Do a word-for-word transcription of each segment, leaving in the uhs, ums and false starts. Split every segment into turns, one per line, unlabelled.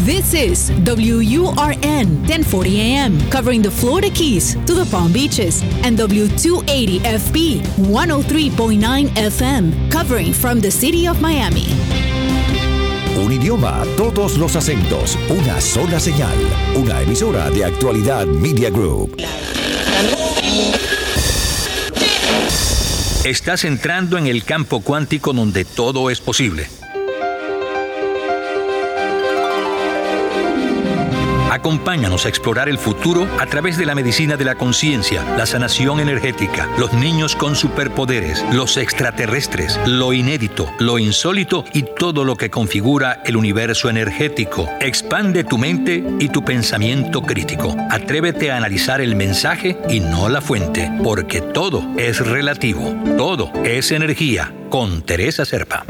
This is W U R N ten forty A M, covering the Florida Keys to the Palm Beaches, and W two eighty F B one oh three point nine F M, covering from the city of Miami.
Un idioma, todos los acentos, una sola señal. Una emisora de Actualidad Media Group.
Estás entrando en el campo cuántico donde todo es posible. Acompáñanos a explorar el futuro a través de la medicina de la conciencia, la sanación energética, los niños con superpoderes, los extraterrestres, lo inédito, lo insólito y todo lo que configura el universo energético. Expande tu mente y tu pensamiento crítico. Atrévete a analizar el mensaje y no la fuente, porque todo es relativo, todo es energía. Con Teresa Serpa.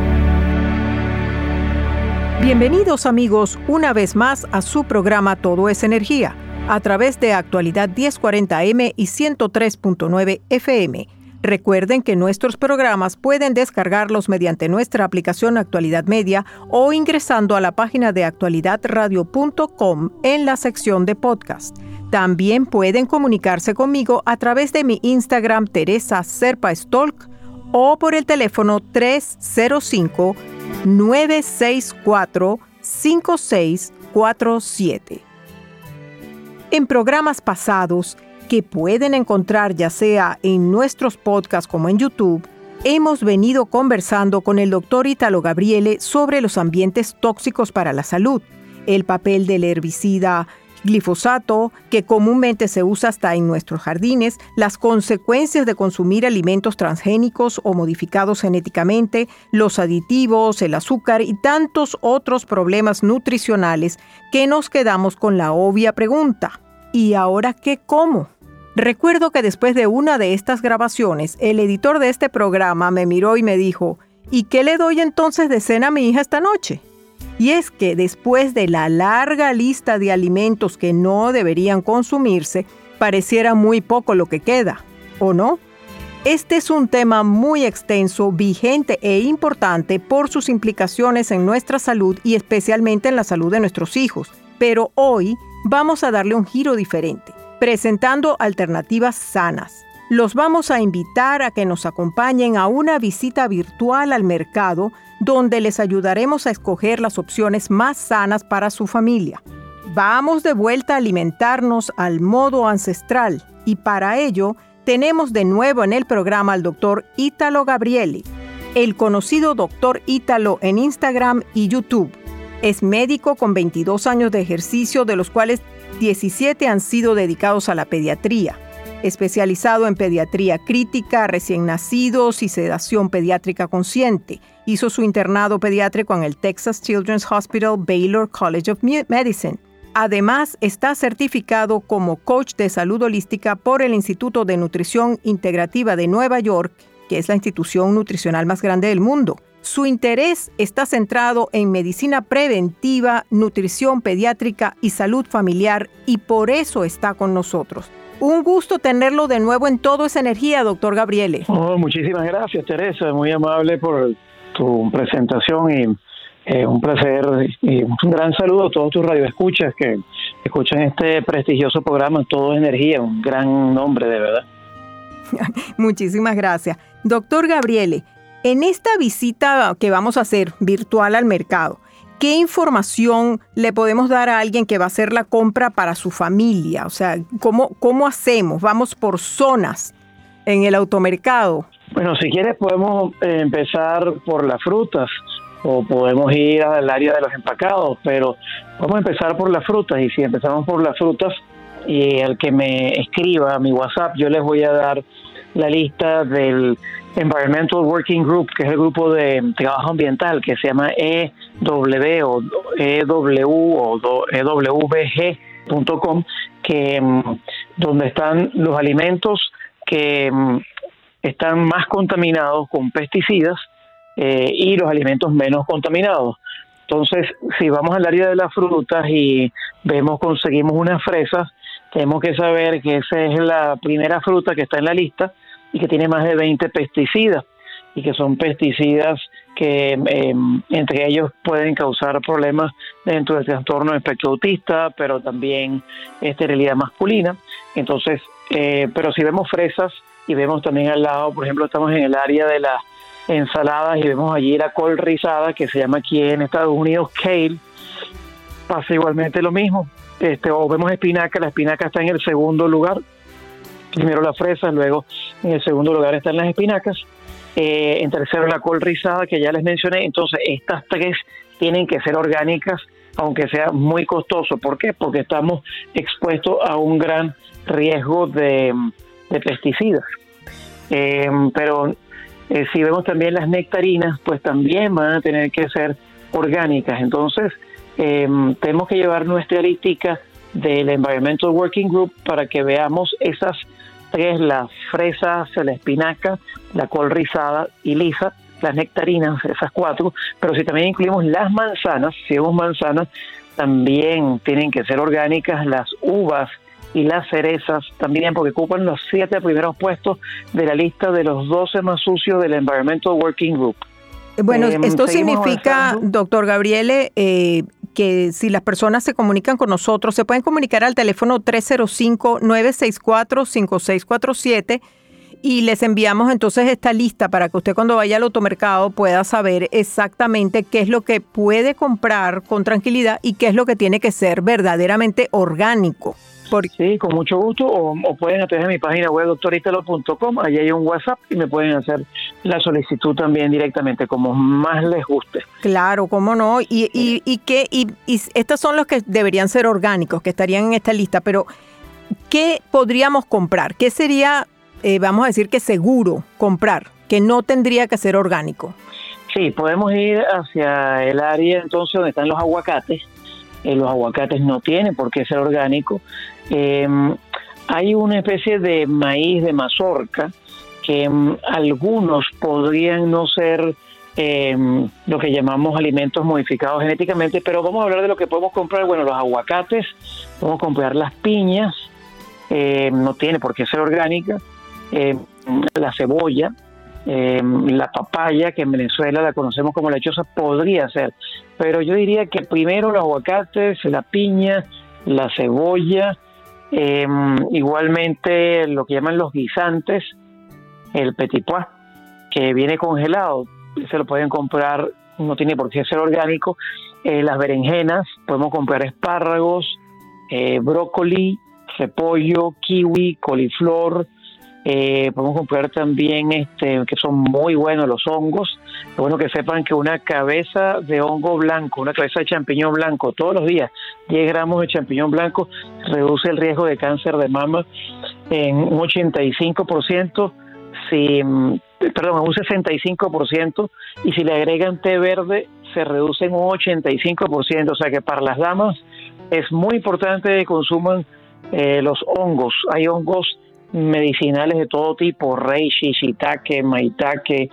Bienvenidos amigos una vez más a su programa Todo es Energía, a través de Actualidad diez cuarenta A M y ciento tres punto nueve F M. Recuerden que nuestros programas pueden descargarlos mediante nuestra aplicación Actualidad Media o ingresando a la página de actualidad radio punto com en la sección de podcast. También pueden comunicarse conmigo a través de mi Instagram Teresa Serpa Stolk o por el teléfono tres cero cinco, nueve seis cuatro, cinco seis cuatro siete. En programas pasados, que pueden encontrar ya sea en nuestros podcasts como en YouTube, hemos venido conversando con el doctor Italo Gabriele sobre los ambientes tóxicos para la salud, el papel del herbicida glifosato, que comúnmente se usa hasta en nuestros jardines, las consecuencias de consumir alimentos transgénicos o modificados genéticamente, los aditivos, el azúcar y tantos otros problemas nutricionales que nos quedamos con la obvia pregunta: ¿y ahora qué como? Recuerdo que después de una de estas grabaciones, el editor de este programa me miró y me dijo: ¿y qué le doy entonces de cena a mi hija esta noche? Y es que después de la larga lista de alimentos que no deberían consumirse, pareciera muy poco lo que queda, ¿o no? Este es un tema muy extenso, vigente e importante por sus implicaciones en nuestra salud y especialmente en la salud de nuestros hijos. Pero hoy vamos a darle un giro diferente, presentando alternativas sanas. Los vamos a invitar a que nos acompañen a una visita virtual al mercado donde les ayudaremos a escoger las opciones más sanas para su familia. Vamos de vuelta a alimentarnos al modo ancestral y para ello tenemos de nuevo en el programa al doctor Italo Gabriele, el conocido doctor Italo en Instagram y YouTube. Es médico con veintidós años de ejercicio, de los cuales diecisiete han sido dedicados a la pediatría. Especializado en pediatría crítica, recién nacidos y sedación pediátrica consciente. Hizo su internado pediátrico en el Texas Children's Hospital Baylor College of Medicine. Además, está certificado como coach de salud holística por el Instituto de Nutrición Integrativa de Nueva York, que es la institución nutricional más grande del mundo. Su interés está centrado en medicina preventiva, nutrición pediátrica y salud familiar, y por eso está con nosotros. Un gusto tenerlo de nuevo en Todo es Energía, doctor Gabriele.
Oh, muchísimas gracias, Teresa. Muy amable por tu presentación y eh, un placer y un gran saludo a todos tus radioescuchas que escuchan este prestigioso programa Todo es Energía. Un gran nombre, de verdad.
Muchísimas gracias. Doctor Gabriele, en esta visita que vamos a hacer virtual al mercado, ¿qué información le podemos dar a alguien que va a hacer la compra para su familia? O sea, ¿cómo, cómo hacemos? ¿Vamos por zonas en el automercado?
Bueno, si quieres podemos eh, empezar por las frutas o podemos ir al área de los empacados, pero vamos a empezar por las frutas. Y si empezamos por las frutas, y el que me escriba a mi WhatsApp, yo les voy a dar la lista del Environmental Working Group, que es el grupo de trabajo ambiental que se llama E W o E W o E W G punto com, que donde están los alimentos que están más contaminados con pesticidas eh, y los alimentos menos contaminados. Entonces, si vamos al área de las frutas y vemos, conseguimos unas fresas, tenemos que saber que esa es la primera fruta que está en la lista y que tiene más de veinte pesticidas, y que son pesticidas que eh, entre ellos pueden causar problemas dentro del trastorno de espectro autista, pero también esterilidad masculina. Entonces, eh, pero si vemos fresas y vemos también al lado, por ejemplo, estamos en el área de las ensaladas y vemos allí la col rizada, que se llama aquí en Estados Unidos kale, pasa igualmente lo mismo. Este, o vemos espinaca, la espinaca está en el segundo lugar, primero las fresas, luego en el segundo lugar están las espinacas, eh, en tercero la col rizada, que ya les mencioné. Entonces estas tres tienen que ser orgánicas, aunque sea muy costoso. ¿Por qué? Porque estamos expuestos a un gran riesgo de, de pesticidas. Eh, pero eh, si vemos también las nectarinas, pues también van a tener que ser orgánicas. Entonces eh, tenemos que llevar nuestra listica del Environmental Working Group para que veamos esas tres: las fresas, la espinaca, la col rizada y lisa, las nectarinas, esas cuatro. Pero si también incluimos las manzanas, si vemos manzanas, también tienen que ser orgánicas. Las uvas y las cerezas también, porque ocupan los siete primeros puestos de la lista de los doce más sucios del Environmental Working Group.
Bueno,
eh,
esto significa,
avanzando.
doctor Gabriele, eh, que si las personas se comunican con nosotros, se pueden comunicar al teléfono tres cero cinco, nueve seis cuatro, cinco seis cuatro siete y les enviamos entonces esta lista para que usted cuando vaya al automercado pueda saber exactamente qué es lo que puede comprar con tranquilidad y qué es lo que tiene que ser verdaderamente orgánico. Porque
Sí, con mucho gusto, o, o pueden a través de mi página web doctor italo punto com, allí hay un WhatsApp y me pueden hacer la solicitud también directamente, como más les guste.
Claro, cómo no, y, y, y, que, y, y estos son los que deberían ser orgánicos, que estarían en esta lista, pero ¿qué podríamos comprar? ¿Qué sería, eh, vamos a decir que seguro comprar, que no tendría que ser orgánico?
Sí, podemos ir hacia el área entonces donde están los aguacates. Eh, los aguacates no tienen por qué ser orgánicos. Eh, hay una especie de maíz de mazorca que um, algunos podrían no ser eh, lo que llamamos alimentos modificados genéticamente, pero vamos a hablar de lo que podemos comprar. Bueno, los aguacates, podemos comprar las piñas, eh, no tiene por qué ser orgánica, eh, la cebolla, eh, la papaya, que en Venezuela la conocemos como lechosa, podría ser, pero yo diría que primero los aguacates, la piña, la cebolla, eh, igualmente lo que llaman los guisantes, el petit pois, que viene congelado, se lo pueden comprar, no tiene por qué ser orgánico. Eh, las berenjenas, podemos comprar espárragos, eh, brócoli, repollo, kiwi, coliflor. Eh, podemos comprar también, este, que son muy buenos los hongos. Es bueno que sepan que una cabeza de hongo blanco, una cabeza de champiñón blanco, todos los días, diez gramos de champiñón blanco, reduce el riesgo de cáncer de mama en un ochenta y cinco por ciento, si, perdón, en un sesenta y cinco por ciento, y si le agregan té verde, se reduce en un ochenta y cinco por ciento. O sea que para las damas es muy importante que consuman eh, los hongos. Hay hongos medicinales de todo tipo: reishi, shiitake, maitake,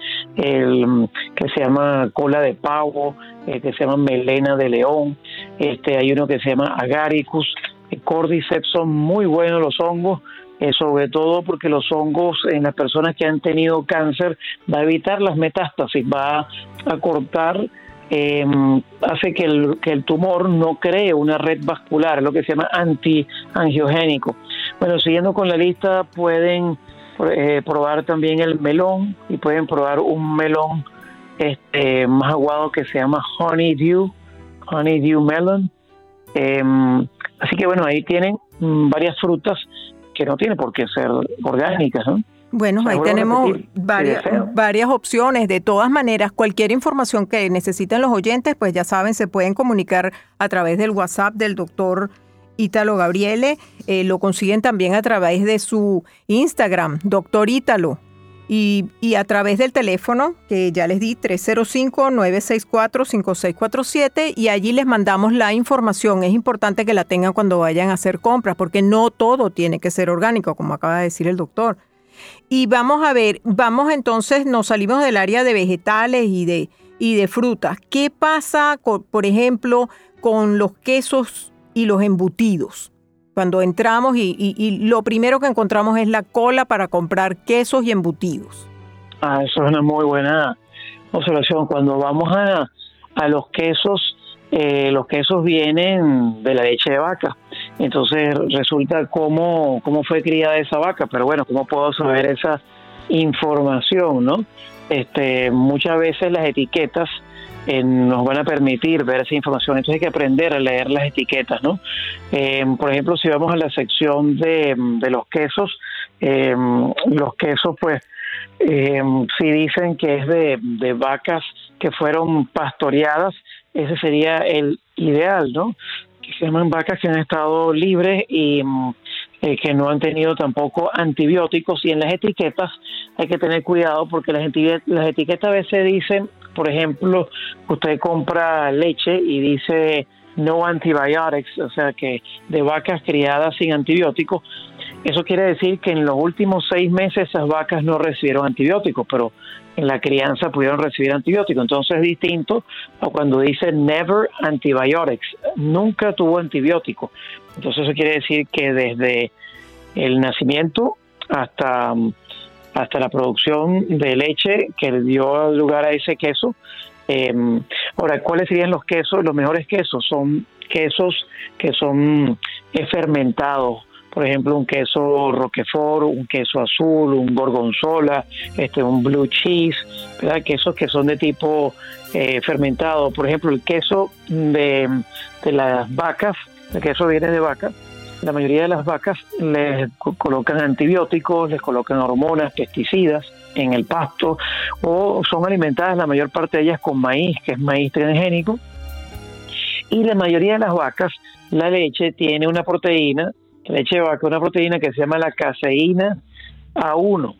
el que se llama cola de pavo, eh, que se llama melena de león, este hay uno que se llama agaricus, eh, cordyceps. Son muy buenos los hongos, eh, sobre todo porque los hongos en las personas que han tenido cáncer va a evitar las metástasis, va a cortar, eh, hace que el, que el tumor no cree una red vascular, es lo que se llama antiangiogénico. Bueno, siguiendo con la lista, pueden eh, probar también el melón, y pueden probar un melón este más aguado que se llama honeydew, honeydew melon. Eh, así que bueno, ahí tienen mm, varias frutas que no tienen por qué ser orgánicas, ¿no?
Bueno, ahí
Seguro
tenemos
repetir,
varias,
si deseo.
varias opciones. De todas maneras, cualquier información que necesiten los oyentes, pues ya saben, se pueden comunicar a través del WhatsApp del doctor Italo Gabriele. Eh, lo consiguen también a través de su Instagram, doctor Italo, y, y a través del teléfono que ya les di, tres cero cinco, nueve seis cuatro, cinco seis cuatro siete, y allí les mandamos la información. Es importante que la tengan cuando vayan a hacer compras, porque no todo tiene que ser orgánico, como acaba de decir el doctor. Y vamos a ver, vamos entonces, nos salimos del área de vegetales y de, y de frutas. ¿Qué pasa, con, por ejemplo, con los quesos y los embutidos? Cuando entramos y, y, y lo primero que encontramos es la cola para comprar quesos y embutidos.
Ah, eso es una muy buena observación. Cuando vamos a, a los quesos, eh, los quesos vienen de la leche de vaca. Entonces resulta cómo, cómo fue criada esa vaca. Pero bueno, ¿cómo puedo saber esa información, no? Este, muchas veces las etiquetas Eh, nos van a permitir ver esa información, entonces hay que aprender a leer las etiquetas, ¿no? Eh, por ejemplo, si vamos a la sección de, de los quesos, eh, los quesos, pues, eh, si dicen que es de, de vacas que fueron pastoreadas, ese sería el ideal, ¿no? Que se llaman vacas que han estado libres y eh, que no han tenido tampoco antibióticos, y en las etiquetas hay que tener cuidado porque las, etiquetas, las etiquetas a veces dicen, por ejemplo, usted compra leche y dice no antibiotics, o sea que de vacas criadas sin antibióticos. Eso quiere decir que en los últimos seis meses esas vacas no recibieron antibióticos, pero en la crianza pudieron recibir antibióticos. Entonces es distinto a cuando dice never antibiotics, nunca tuvo antibióticos. Entonces eso quiere decir que desde el nacimiento hasta... hasta la producción de leche que dio lugar a ese queso. Eh, ahora, ¿cuáles serían los quesos? Los mejores quesos son quesos que son eh, fermentados. Por ejemplo, un queso Roquefort, un queso azul, un gorgonzola, este, un blue cheese, ¿verdad? Quesos que son de tipo eh, fermentado. Por ejemplo, el queso de, de las vacas, el queso viene de vaca. La mayoría de las vacas les colocan antibióticos, les colocan hormonas, pesticidas en el pasto, o son alimentadas la mayor parte de ellas con maíz, que es maíz transgénico. Y la mayoría de las vacas, la leche tiene una proteína, la leche de vaca, una proteína que se llama la caseína A uno.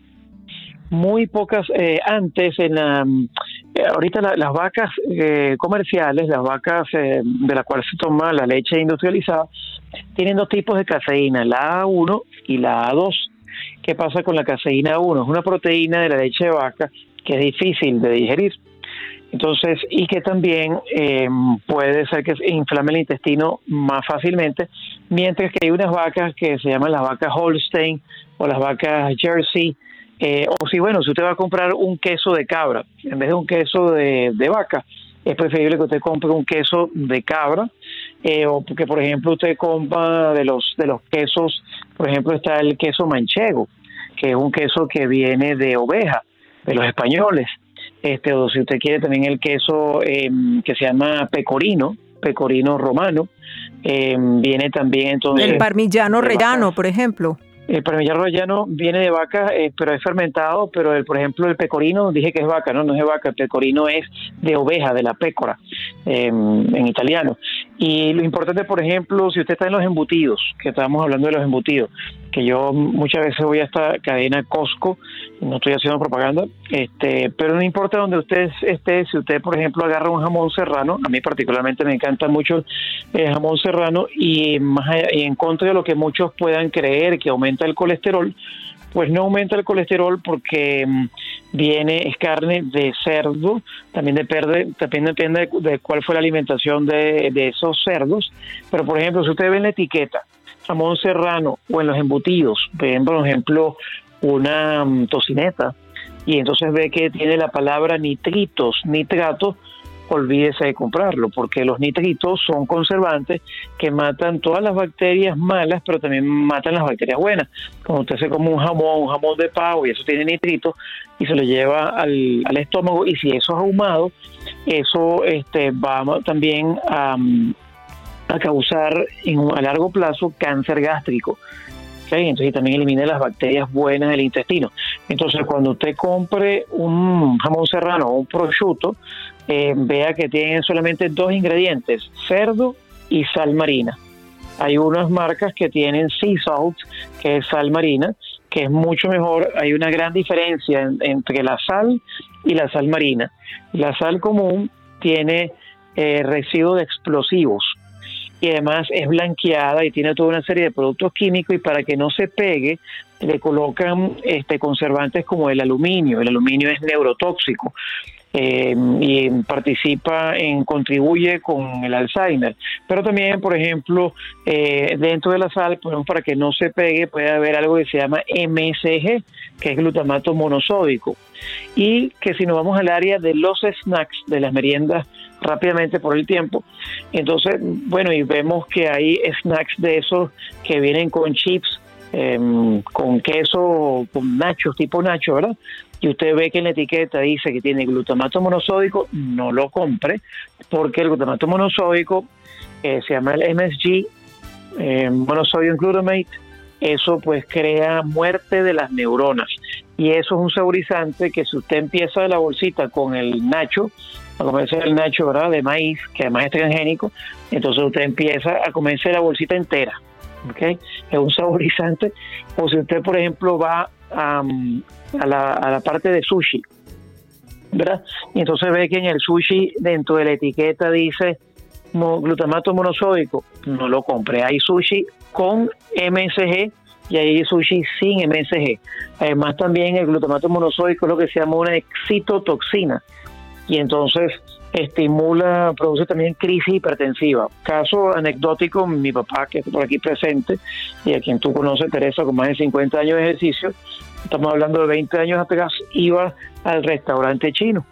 Muy pocas, eh, antes, en la, eh, ahorita la, las vacas eh, comerciales, las vacas eh, de las cuales se toma la leche industrializada, tienen dos tipos de caseína, la A uno y la A dos. ¿Qué pasa con la caseína A uno? Es una proteína de la leche de vaca que es difícil de digerir. Entonces, y que también eh, puede ser que inflame el intestino más fácilmente, mientras que hay unas vacas que se llaman las vacas Holstein o las vacas Jersey. Eh, o si, bueno, si usted va a comprar un queso de cabra en vez de un queso de, de vaca, es preferible que usted compre un queso de cabra, eh, o porque, por ejemplo, usted compra de los de los quesos, por ejemplo, está el queso manchego, que es un queso que viene de oveja, de los españoles, este, o si usted quiere también el queso eh, que se llama pecorino, pecorino romano, eh, viene también entonces...
El parmigiano reggiano, por ejemplo.
El parmigiano reggiano viene de vaca, eh, pero es fermentado, pero el, por ejemplo el pecorino, dije que es vaca, no, no es de vaca, el pecorino es de oveja, de la pécora, eh, en italiano. Y lo importante, por ejemplo, si usted está en los embutidos, que estábamos hablando de los embutidos, que yo muchas veces voy a esta cadena Costco, no estoy haciendo propaganda, este, pero no importa donde usted esté, si usted, por ejemplo, agarra un jamón serrano, a mí particularmente me encanta mucho el jamón serrano, y, más allá, y en contra de lo que muchos puedan creer que aumenta el colesterol, pues no aumenta el colesterol porque um, viene, es carne de cerdo, también depende, también depende de, de cuál fue la alimentación de, de esos cerdos, pero por ejemplo, si usted ve en la etiqueta jamón serrano o en los embutidos, ven por ejemplo una um, tocineta, y entonces ve que tiene la palabra nitritos, nitratos, olvídese de comprarlo, porque los nitritos son conservantes que matan todas las bacterias malas, pero también matan las bacterias buenas. Como usted se come un jamón, un jamón de pavo, y eso tiene nitritos, y se lo lleva al, al estómago, y si eso es ahumado, eso este, va también a, a causar en, a largo plazo cáncer gástrico. ¿Okay? Entonces también elimina las bacterias buenas del intestino. Entonces cuando usted compre un jamón serrano o un prosciutto, eh, vea que tienen solamente dos ingredientes, cerdo y sal marina. Hay unas marcas que tienen sea salt, que es sal marina, que es mucho mejor. Hay una gran diferencia en, entre la sal y la sal marina. La sal común tiene eh, residuos de explosivos, y además es blanqueada y tiene toda una serie de productos químicos, y para que no se pegue le colocan este conservantes como el aluminio. El aluminio es neurotóxico. eh, y participa en, contribuye con el Alzheimer. Pero también, por ejemplo, eh, dentro de la sal, por ejemplo, para que no se pegue, puede haber algo que se llama M S G, que es glutamato monosódico. Y que si nos vamos al área de los snacks, de las meriendas, rápidamente por el tiempo, entonces, bueno, y vemos que hay snacks de esos que vienen con chips, eh, con queso, con nachos, tipo nacho, ¿verdad? Y usted ve que en la etiqueta dice que tiene glutamato monosódico, no lo compre, porque el glutamato monosódico eh, se llama el M S G, eh, monosodium glutamate. Eso pues crea muerte de las neuronas, y eso es un saborizante que si usted empieza de la bolsita con el nacho, a comerse el nacho, ¿verdad?, de maíz, que además es transgénico, entonces usted empieza a comerse la bolsita entera, ¿ok? Es un saborizante. O si usted, por ejemplo, va a, a, la, a la parte de sushi, ¿verdad?, y entonces ve que en el sushi, dentro de la etiqueta dice glutamato monosódico, no lo compre. Hay sushi con M S G y hay sushi sin M S G. Además, también el glutamato monosódico es lo que se llama una excitotoxina, y entonces estimula, produce también crisis hipertensiva. Caso anecdótico, mi papá, que está por aquí presente, y a quien tú conoces, Teresa, con más de cincuenta años de ejercicio, estamos hablando de veinte años atrás, iba al restaurante chino,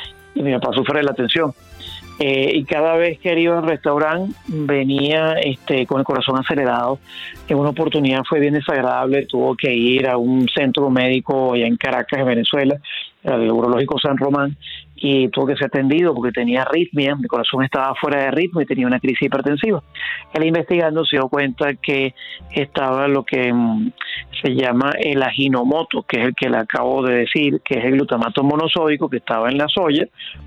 y mi papá sufre de la tensión. Eh, y cada vez que él iba al restaurante venía este, con el corazón acelerado. En una oportunidad fue bien desagradable, tuvo que ir a un centro médico allá en Caracas, en Venezuela, al Urológico San Román, y tuvo que ser atendido porque tenía arritmia, el corazón estaba fuera de ritmo y tenía una crisis hipertensiva. Él, investigando, se dio cuenta que estaba lo que mm, se llama el Ajinomoto, que es el que le acabo de decir, que es el glutamato monosódico que estaba en la soya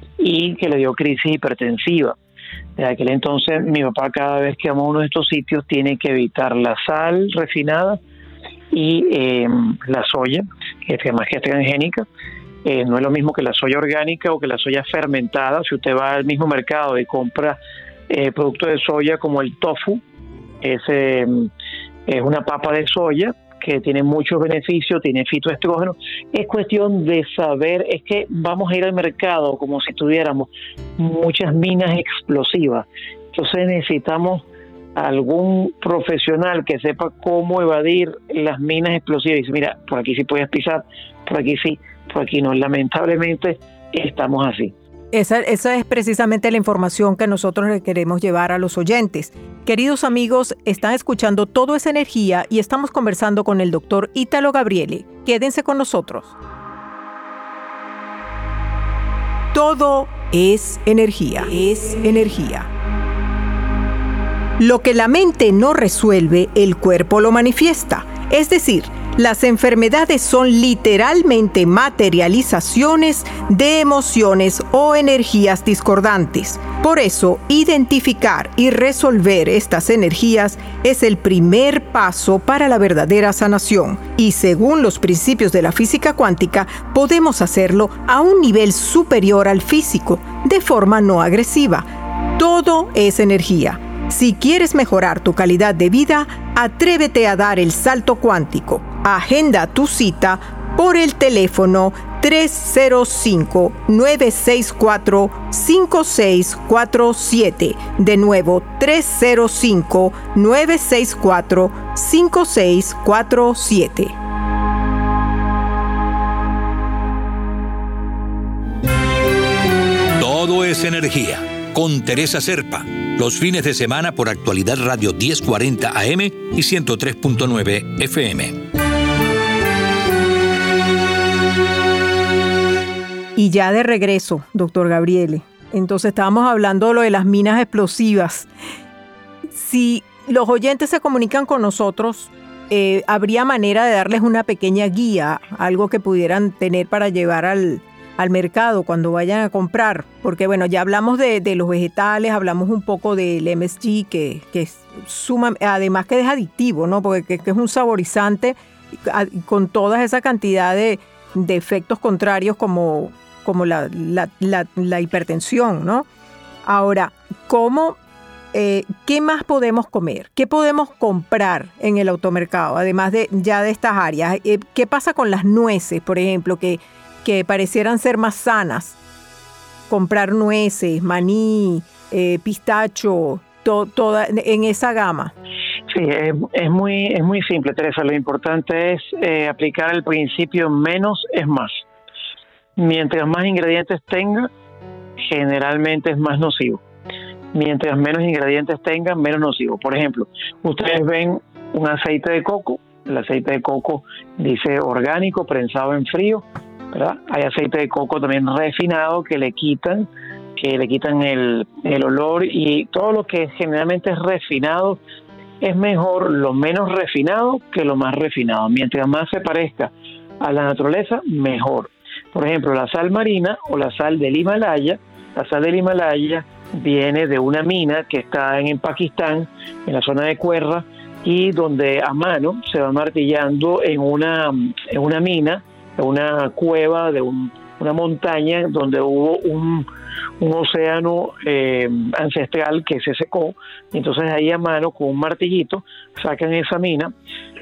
y que le dio crisis hipertensiva. De aquel entonces, mi papá, cada vez que vamos a uno de estos sitios, tiene que evitar la sal refinada y eh, la soya, que además que es transgénica. Eh, no es lo mismo que la soya orgánica o que la soya fermentada. Si usted va al mismo mercado y compra eh, productos de soya como el tofu, es, eh, es una papa de soya que tiene muchos beneficios, tiene fitoestrógenos. Es cuestión de saber, es que vamos a ir al mercado como si tuviéramos muchas minas explosivas. Entonces necesitamos algún profesional que sepa cómo evadir las minas explosivas. Y dice, mira, por aquí sí puedes pisar, por aquí sí, por aquí no. Lamentablemente estamos así.
Esa, esa es precisamente la información que nosotros le queremos llevar a los oyentes. Queridos amigos, están escuchando Todo es Energía y estamos conversando con el doctor Ítalo Gabriele. Quédense con nosotros. Todo es energía, es energía. Lo que la mente no resuelve, el cuerpo lo manifiesta. Es decir, las enfermedades son literalmente materializaciones de emociones o energías discordantes. Por eso, identificar y resolver estas energías es el primer paso para la verdadera sanación. Y según los principios de la física cuántica, podemos hacerlo a un nivel superior al físico, de forma no agresiva. Todo es energía. Si quieres mejorar tu calidad de vida, atrévete a dar el salto cuántico. Agenda tu cita por el teléfono tres cero cinco, nueve seis cuatro, cinco seis cuatro siete. De nuevo, tres cero cinco, nueve seis cuatro, cinco seis cuatro siete.
Todo es energía. Con Teresa Serpa, los fines de semana por Actualidad Radio diez cuarenta A M y ciento tres punto nueve F M.
Y ya de regreso, doctor Gabriele. Entonces estábamos hablando de lo de las minas explosivas. Si los oyentes se comunican con nosotros, eh, ¿habría manera de darles una pequeña guía, algo que pudieran tener para llevar al... al mercado cuando vayan a comprar? Porque bueno, ya hablamos de, de los vegetales, hablamos un poco del M S G, que, que es suma, además que es adictivo, ¿no? Porque que, que es un saborizante con toda esa cantidad de, de efectos contrarios como, como la, la, la, la hipertensión, ¿no? Ahora, ¿cómo, eh, qué más podemos comer? ¿Qué podemos comprar en el automercado? Además de ya de estas áreas, eh, ¿qué pasa con las nueces, por ejemplo, que que parecieran ser más sanas? comprar nueces, maní, eh, pistacho, to, toda en esa gama?
Sí, es, es muy es muy simple, Teresa. Lo importante es eh, aplicar el principio menos es más. Mientras más ingredientes tenga, generalmente es más nocivo. Mientras menos ingredientes tenga, menos nocivo. Por ejemplo, ustedes ven un aceite de coco. El aceite de coco dice orgánico, prensado en frío, ¿verdad? Hay aceite de coco también refinado que le quitan, que le quitan el, el olor, y todo lo que generalmente es refinado es mejor lo menos refinado que lo más refinado. Mientras más se parezca a la naturaleza, mejor. Por ejemplo, la sal marina o la sal del Himalaya, la sal del Himalaya viene de una mina que está en, en Pakistán, en la zona de Querra, y donde a mano se va martillando en una, en una mina, en una cueva de un, una montaña donde hubo un, un océano eh, ancestral que se secó, y entonces ahí a mano con un martillito sacan esa mina.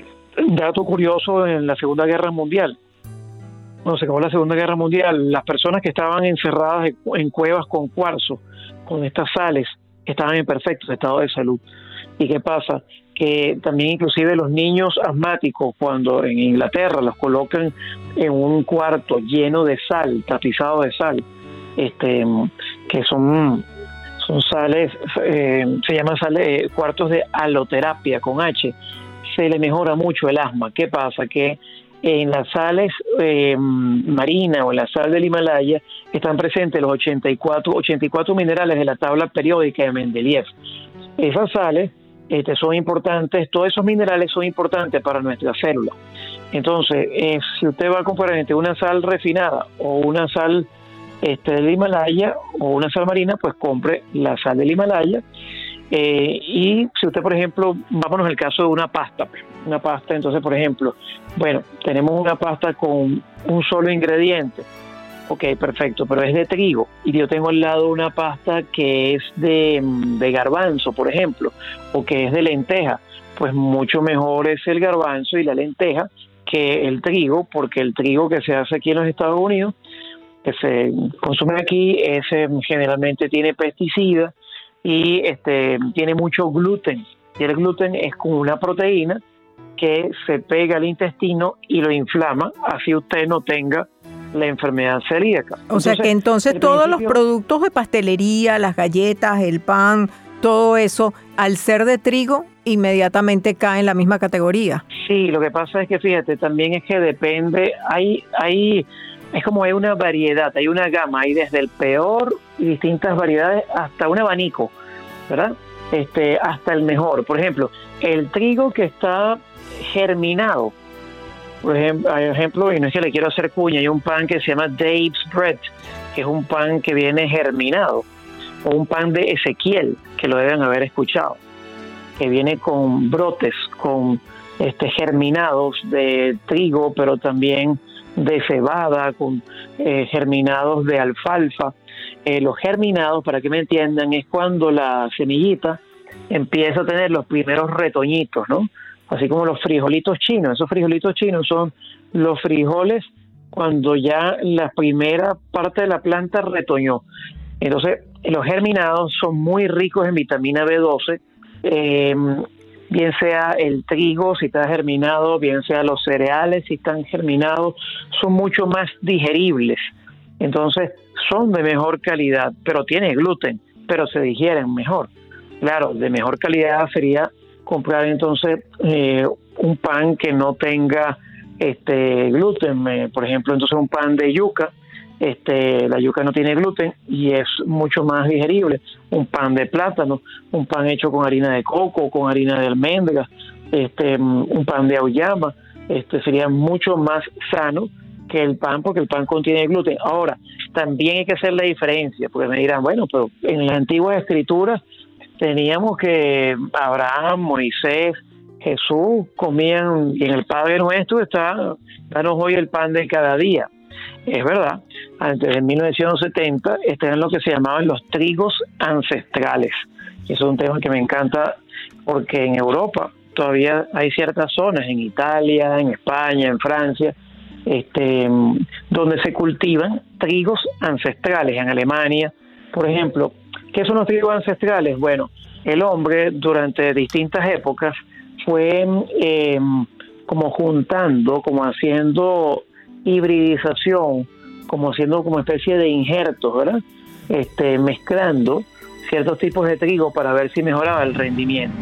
Un dato curioso: en la Segunda Guerra Mundial, cuando se acabó la Segunda Guerra Mundial, las personas que estaban encerradas en cuevas con cuarzo, con estas sales, estaban en perfecto estado de salud. ¿Y qué pasa? Que también inclusive los niños asmáticos, cuando en Inglaterra los colocan en un cuarto lleno de sal, tapizado de sal, este, que son, son sales, eh, se llaman sales, eh, cuartos de haloterapia con H, se le mejora mucho el asma. ¿Qué pasa? Que en las sales eh, marinas o en la sal del Himalaya están presentes los ochenta y cuatro, ochenta y cuatro minerales de la tabla periódica de Mendeleev. Esas sales este, son importantes, todos esos minerales son importantes para nuestras células. Entonces, eh, si usted va a comparar entre una sal refinada o una sal este, del Himalaya o una sal marina, pues compre la sal del Himalaya. Eh, y si usted, por ejemplo, vámonos al caso de una pasta, una pasta, entonces, por ejemplo, bueno, tenemos una pasta con un solo ingrediente, ok, perfecto, pero es de trigo, y yo tengo al lado una pasta que es de, de garbanzo, por ejemplo, o que es de lenteja, pues mucho mejor es el garbanzo y la lenteja que el trigo, porque el trigo que se hace aquí en los Estados Unidos, que se consume aquí, ese generalmente tiene pesticidas, y este tiene mucho gluten, y el gluten es como una proteína que se pega al intestino y lo inflama, así usted no tenga la enfermedad celíaca.
O entonces, sea que entonces todos los productos de pastelería, las galletas, el pan, todo eso, al ser de trigo, inmediatamente cae en la misma categoría.
Sí, lo que pasa es que fíjate, también es que depende, hay, hay es como hay una variedad, hay una gama, hay desde el peor y distintas variedades hasta un abanico, ¿verdad? Este, hasta el mejor. Por ejemplo, el trigo que está germinado, por ejemplo, hay ejemplo, y no es que le quiero hacer cuña, hay un pan que se llama Dave's Bread, que es un pan que viene germinado, o un pan de Ezequiel, que lo deben haber escuchado, que viene con brotes, con este germinados de trigo, pero también de cebada, con eh, germinados de alfalfa. Eh, los germinados, para que me entiendan, es cuando la semillita empieza a tener los primeros retoñitos, ¿no? Así como los frijolitos chinos. Esos frijolitos chinos son los frijoles cuando ya la primera parte de la planta retoñó. Entonces, los germinados son muy ricos en vitamina B doce, eh, bien sea el trigo si está germinado, bien sea los cereales si están germinados, son mucho más digeribles. Entonces, son de mejor calidad, pero tiene gluten, pero se digieren mejor. Claro, de mejor calidad sería comprar entonces eh, un pan que no tenga este gluten, eh, por ejemplo, entonces un pan de yuca. Este, la yuca no tiene gluten y es mucho más digerible. Un pan de plátano, un pan hecho con harina de coco, con harina de almendras, este, un pan de auyama, este, sería mucho más sano que el pan, porque el pan contiene gluten. Ahora, también hay que hacer la diferencia, porque me dirán, bueno, pero en las antiguas escrituras teníamos que Abraham, Moisés, Jesús comían, y en el Padre Nuestro está, danos hoy el pan de cada día. Es verdad, antes de mil novecientos setenta estaban lo que se llamaban los trigos ancestrales. Y eso es un tema que me encanta porque en Europa todavía hay ciertas zonas, en Italia, en España, en Francia, este, donde se cultivan trigos ancestrales en Alemania, por ejemplo. ¿Qué son los trigos ancestrales? Bueno, el hombre durante distintas épocas fue eh, como juntando, como haciendo hibridización, como haciendo como especie de injertos, ¿verdad? Este, mezclando ciertos tipos de trigo para ver si mejoraba el rendimiento.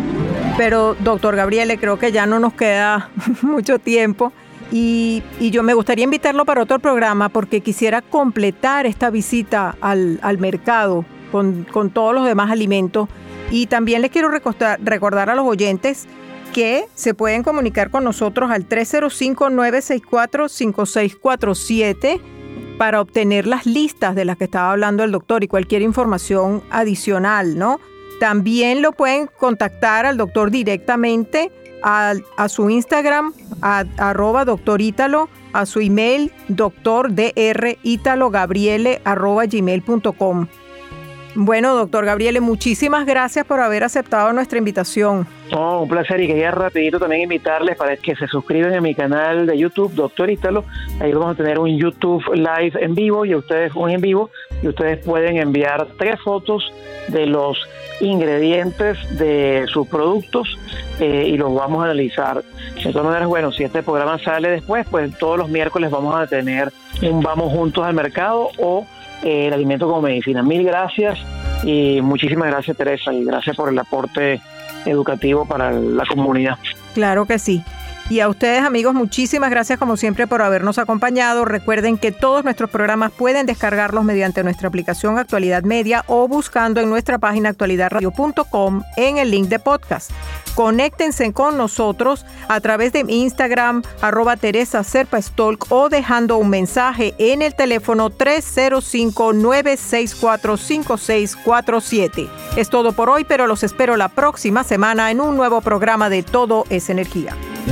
Pero, doctor Gabriele, creo que ya no nos queda mucho tiempo y, y yo me gustaría invitarlo para otro programa porque quisiera completar esta visita al, al mercado con, con todos los demás alimentos. Y también les quiero recordar, recordar a los oyentes que se pueden comunicar con nosotros al tres cero cinco, nueve seis cuatro, cinco seis cuatro siete para obtener las listas de las que estaba hablando el doctor y cualquier información adicional, ¿no? También lo pueden contactar al doctor directamente a, a su Instagram, a, a arroba doctor Ítalo, a su email doctor dr Ítalo Gabriele arroba gmail punto com. Bueno, doctor Gabriele, muchísimas gracias por haber aceptado nuestra invitación.
Oh, un placer, y quería rapidito también invitarles para que se suscriban a mi canal de YouTube, doctor Ítalo. Ahí vamos a tener un YouTube Live en vivo y ustedes un en vivo y ustedes pueden enviar tres fotos de los ingredientes de sus productos eh, y los vamos a analizar. De todas maneras, bueno, si este programa sale después, pues todos los miércoles vamos a tener un Vamos Juntos al Mercado o eh, el alimento como medicina. Mil gracias y muchísimas gracias, Teresa, y gracias por el aporte educativo para la comunidad.
Claro que sí. Y a ustedes, amigos, muchísimas gracias como siempre por habernos acompañado. Recuerden que todos nuestros programas pueden descargarlos mediante nuestra aplicación Actualidad Media o buscando en nuestra página actualidad radio punto com en el link de podcast. Conéctense con nosotros a través de mi Instagram, arroba Teresa Serpa Stolk, o dejando un mensaje en el teléfono tres cero cinco, nueve seis cuatro, cinco seis cuatro siete. Es todo por hoy, pero los espero la próxima semana en un nuevo programa de Todo es Energía.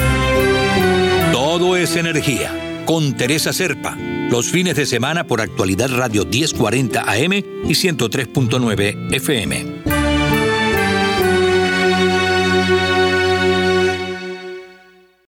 Todo es Energía, con Teresa Serpa, los fines de semana por Actualidad Radio diez cuarenta A M y ciento tres punto nueve F M.